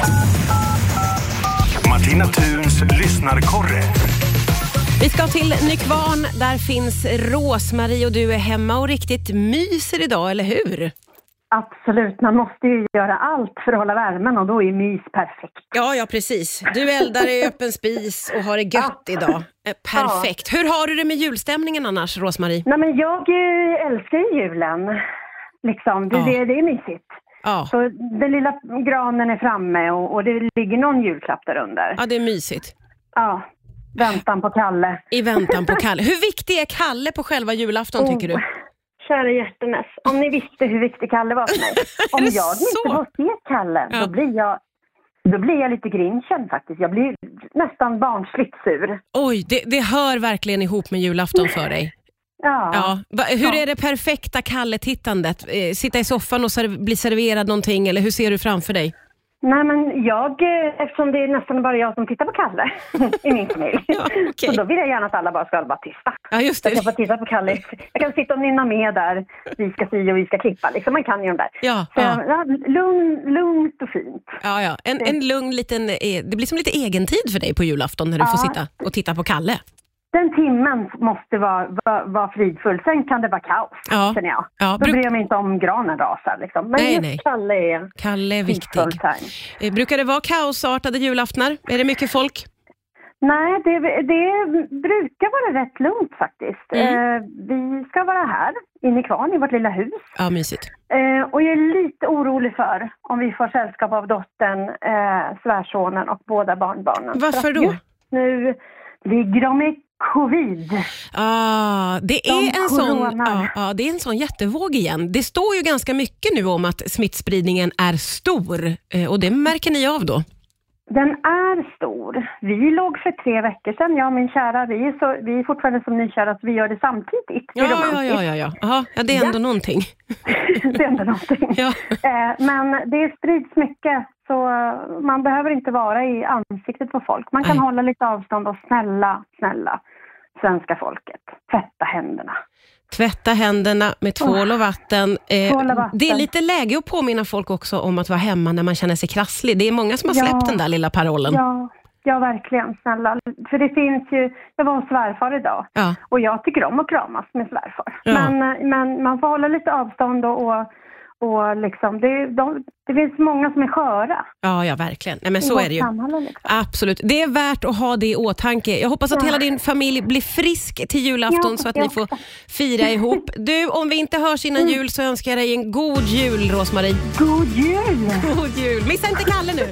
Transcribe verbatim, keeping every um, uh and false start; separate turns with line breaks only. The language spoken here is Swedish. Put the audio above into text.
Martina Thuns lyssnarkorre.
Vi ska till Nykvarn, där finns Rosmarie och du är hemma och riktigt myser idag, eller hur?
Absolut, man måste ju göra allt för att hålla värmen och då är mys perfekt.
Ja, ja precis. Du eldar i öppen spis och har det gött ja. idag. Perfekt. Ja. Hur har du det med julstämningen annars, Rosmarie?
Nej, men jag älskar ju julen. Liksom, det, ja. det, det är mysigt.
Ja.
Så den lilla granen är framme och, och det ligger någon julklapp där under.
Ja, det är mysigt.
Ja, väntan på Kalle.
I väntan på Kalle. Hur viktig är Kalle på själva julafton, oh. tycker du?
Kära hjärtenes, om ni visste hur viktig Kalle var för mig. Om jag inte får se Kalle, ja. då blir jag då blir jag lite grinchen faktiskt. Jag blir nästan barnsligt sur.
Oj, det, det hör verkligen ihop med julafton för dig.
Ja.
ja. Va, hur
ja.
är det perfekta Kalle-tittandet? Eh, sitta i soffan och serv- bli serverad någonting, eller hur ser du framför dig?
Nej, men jag, eftersom det är nästan bara jag som tittar på Kalle i min familj.
Ja, okay.
Så då vill jag gärna att alla bara ska vara tysta.
Ja, just det.
Så jag får titta på Kalle. Jag kan sitta och nynna med där. Vi ska sy och vi ska klippa. Liksom, man kan ju de där.
Ja,
så,
ja.
Ja, lugn, lugnt och fint.
Ja, ja. En, en lugn liten... Det blir som lite egentid för dig på julafton när du ja. får sitta och titta på Kalle.
Den timmen måste vara, vara, vara fridfull. Sen kan det vara kaos,
ja.
känner jag.
Ja,
Då
bruk...
bryr jag mig inte om granen rasar. Liksom. Men
nej,
just
nej.
Kalle är,
Kalle är viktig.
time.
Brukar det vara kaosartade julaftnar? Är det mycket folk?
Nej, det, det brukar vara rätt lugnt faktiskt.
Mm.
Eh, vi ska vara här inne i Kvarn i vårt lilla hus.
Ja, mysigt.
Eh, och jag är lite orolig för om vi får sällskap av dottern, eh, svärsonen och båda barnbarnen.
Varför då?
Just nu ligger de i covid.
Ah, det är
de
en sån ja, ja, det är en sån jättevåg igen. Det står ju ganska mycket nu om att smittspridningen är stor, eh, och det märker ni av då?
Den är stor. Vi låg för tre veckor sedan, jag och min kära, vi är, så, vi är fortfarande som nykära, så vi gör det samtidigt.
Ja, ja, ja, ja, ja. Aha, ja, det är ändå ja. någonting.
Det är ändå någonting.
Ja.
Eh, men det sprids mycket, så man behöver inte vara i ansiktet på folk. Man kan Nej. hålla lite avstånd och snälla, snälla svenska folket. Tvätta händerna.
Tvätta händerna med tvål och vatten. Eh,
tvål och vatten.
Det är lite läge att påminna folk också om att vara hemma när man känner sig krasslig. Det är många som har släppt ja. den där lilla parollen.
Ja. Ja, verkligen, snälla. För det finns ju, jag var hos svärfar idag.
Ja.
Och jag tycker om att kramas med svärfar.
Ja.
Men, men man får hålla lite avstånd och, och, och liksom, det, de, det finns många som är sköra.
Ja, ja, verkligen. Nej, men så är det ju.
Liksom.
Absolut. Det är värt att ha det i åtanke. Jag hoppas att ja. hela din familj blir frisk till julafton, ja, så att ja. ni får fira ihop. Du, om vi inte hörs innan mm. jul så önskar jag dig en god jul, Rosmarie.
God jul!
God jul! Missa inte Kalle nu!